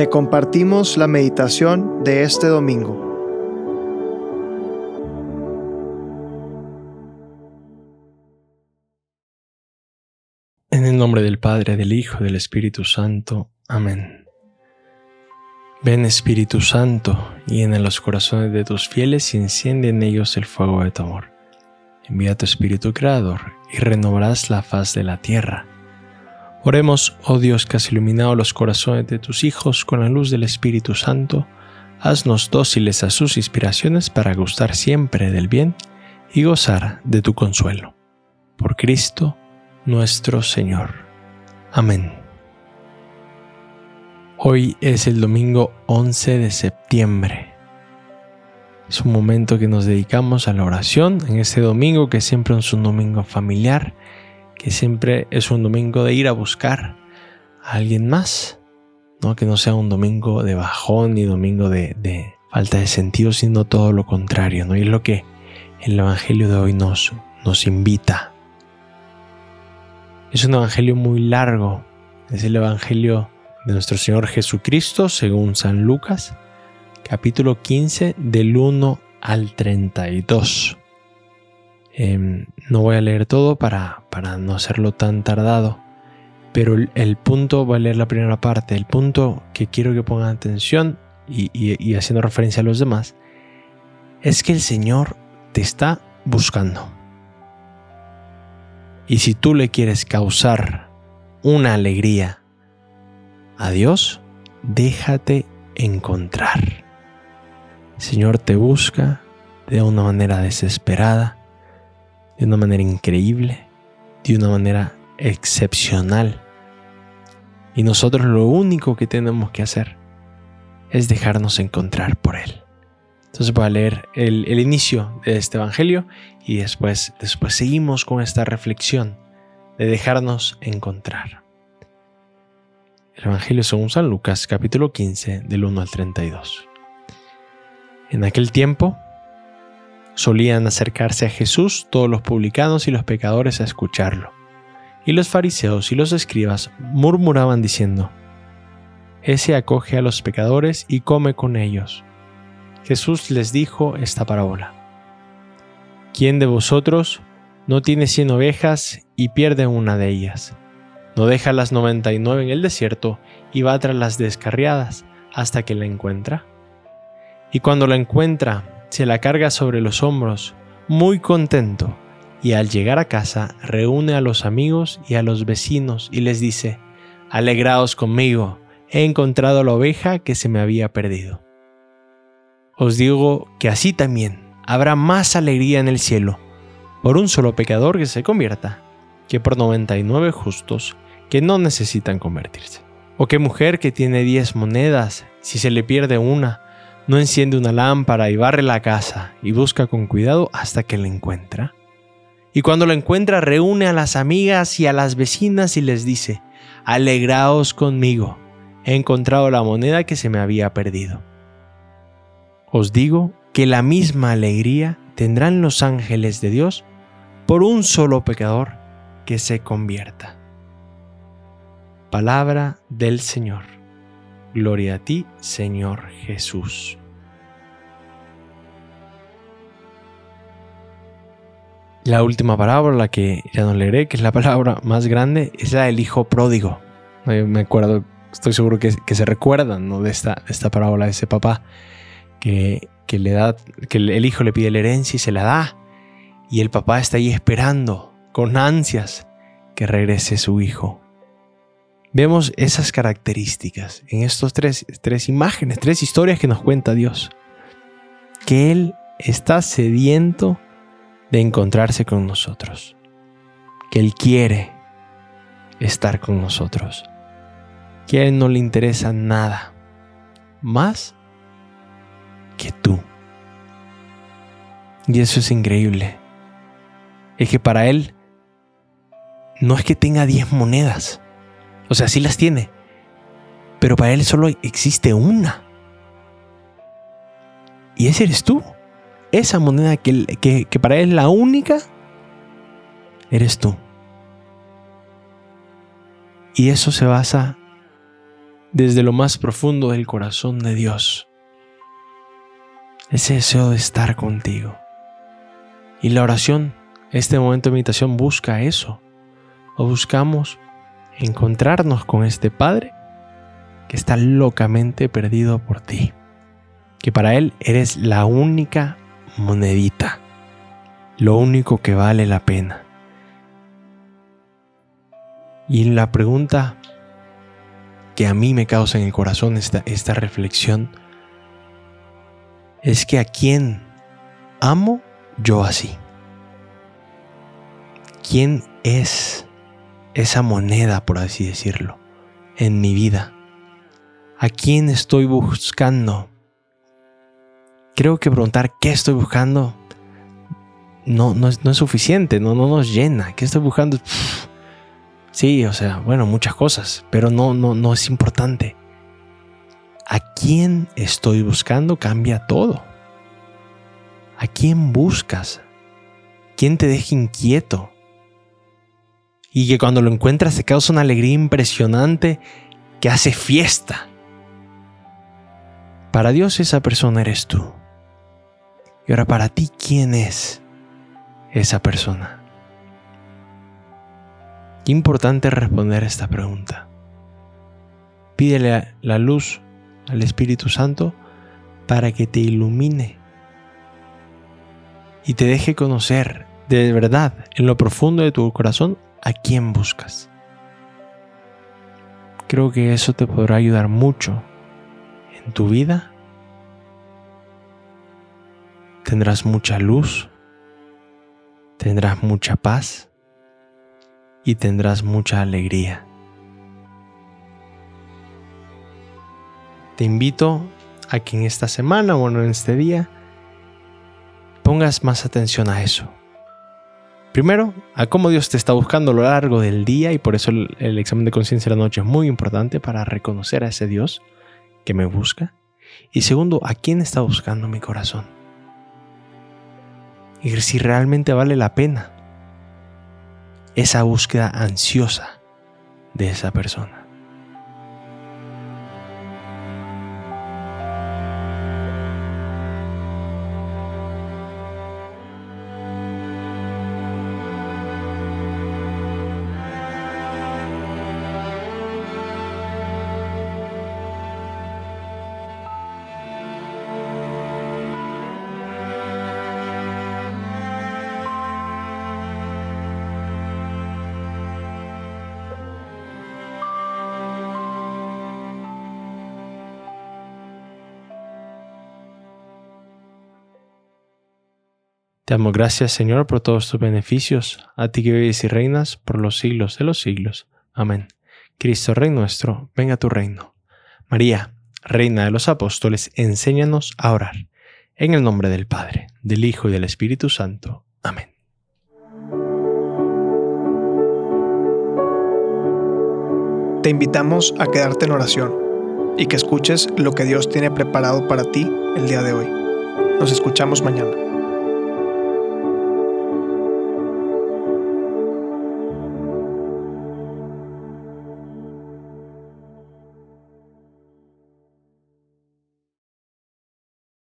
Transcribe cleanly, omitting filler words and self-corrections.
Te compartimos la meditación de este domingo. En el nombre del Padre, del Hijo y del Espíritu Santo. Amén. Ven, Espíritu Santo, y llena los corazones de tus fieles y enciende en ellos el fuego de tu amor. Envía tu Espíritu Creador y renovarás la faz de la tierra. Oremos, oh Dios, que has iluminado los corazones de tus hijos con la luz del Espíritu Santo. Haznos dóciles a sus inspiraciones para gustar siempre del bien y gozar de tu consuelo. Por Cristo nuestro Señor. Amén. Hoy es el domingo 11 de septiembre. Es un momento que nos dedicamos a la oración en este domingo, que siempre es un domingo familiar, que siempre es un domingo de ir a buscar a alguien más, ¿no? Que no sea un domingo de bajón ni domingo de falta de sentido, sino todo lo contrario, ¿no? Y es lo que el Evangelio de hoy nos invita. Es un Evangelio muy largo, es el Evangelio de nuestro Señor Jesucristo según San Lucas, capítulo 15, del 1 al 32. No voy a leer todo para no hacerlo tan tardado, pero el punto, voy a leer la primera parte. El punto que quiero que pongan atención y haciendo referencia a los demás, es que el Señor te está buscando. Y si tú le quieres causar una alegría a Dios, déjate encontrar. El Señor te busca de una manera desesperada, de una manera increíble, de una manera excepcional. Y nosotros lo único que tenemos que hacer es dejarnos encontrar por Él. Entonces voy a leer el inicio de este Evangelio y después seguimos con esta reflexión de dejarnos encontrar. El Evangelio según San Lucas, capítulo 15, del 1 al 32. En aquel tiempo solían acercarse a Jesús todos los publicanos y los pecadores a escucharlo. Y los fariseos y los escribas murmuraban diciendo: Ese acoge a los pecadores y come con ellos. Jesús les dijo esta parábola: ¿Quién de vosotros no tiene 100 ovejas y pierde una de ellas? ¿No deja las 99 en el desierto y va tras las descarriadas hasta que la encuentra? Y cuando la encuentra, se la carga sobre los hombros, muy contento, y al llegar a casa reúne a los amigos y a los vecinos y les dice: Alegraos conmigo, he encontrado la oveja que se me había perdido. Os digo que así también habrá más alegría en el cielo por un solo pecador que se convierta, que por 99 justos que no necesitan convertirse. O qué mujer que tiene 10 monedas, si se le pierde una, no enciende una lámpara y barre la casa y busca con cuidado hasta que la encuentra. Y cuando la encuentra reúne a las amigas y a las vecinas y les dice: Alegraos conmigo, he encontrado la moneda que se me había perdido. Os digo que la misma alegría tendrán los ángeles de Dios por un solo pecador que se convierta. Palabra del Señor. Gloria a ti, Señor Jesús. La última parábola que ya no leeré, que es la palabra más grande, es la del hijo pródigo. Me acuerdo, estoy seguro que se recuerdan, ¿no? de esta parábola de ese papá que el hijo le pide la herencia y se la da. Y el papá está ahí esperando con ansias que regrese su hijo. Vemos esas características en estos tres imágenes, 3 historias que nos cuenta Dios. Que Él está sediento de encontrarse con nosotros. Que Él quiere estar con nosotros. Que a Él no le interesa nada más que tú. Y eso es increíble. Es que para Él no es que tenga 10 monedas. O sea, sí las tiene, pero para Él solo existe una. Y ese eres tú. Esa moneda que para Él es la única, eres tú. Y eso se basa desde lo más profundo del corazón de Dios, ese deseo de estar contigo. Y la oración, este momento de meditación, busca eso. O buscamos encontrarnos con este Padre que está locamente perdido por ti. Que para Él eres la única monedita, lo único que vale la pena. Y la pregunta que a mí me causa en el corazón esta reflexión es que ¿a quién amo yo así? ¿Quién es esa moneda, por así decirlo, en mi vida? ¿A quién estoy buscando? Creo que preguntar qué estoy buscando no es suficiente, no nos llena. ¿Qué estoy buscando? Sí, muchas cosas, pero no es importante. ¿A quién estoy buscando? Cambia todo. ¿A quién buscas? ¿Quién te deja inquieto? Y que cuando lo encuentras te causa una alegría impresionante que hace fiesta. Para Dios esa persona eres tú. Y ahora para ti, ¿quién es esa persona? Qué importante responder esta pregunta. Pídele la luz al Espíritu Santo para que te ilumine y te deje conocer de verdad, en lo profundo de tu corazón, a quién buscas. Creo que eso te podrá ayudar mucho en tu vida. Tendrás mucha luz, tendrás mucha paz y tendrás mucha alegría. Te invito a que en esta semana o en este día pongas más atención a eso. Primero, a cómo Dios te está buscando a lo largo del día, y por eso el examen de conciencia de la noche es muy importante para reconocer a ese Dios que me busca. Y segundo, a quién está buscando mi corazón. Y si realmente vale la pena esa búsqueda ansiosa de esa persona. Te damos gracias, Señor, por todos tus beneficios, a ti que vives y reinas por los siglos de los siglos. Amén. Cristo, Rey nuestro, venga a tu reino. María, Reina de los Apóstoles, enséñanos a orar. En el nombre del Padre, del Hijo y del Espíritu Santo. Amén. Te invitamos a quedarte en oración y que escuches lo que Dios tiene preparado para ti el día de hoy. Nos escuchamos mañana.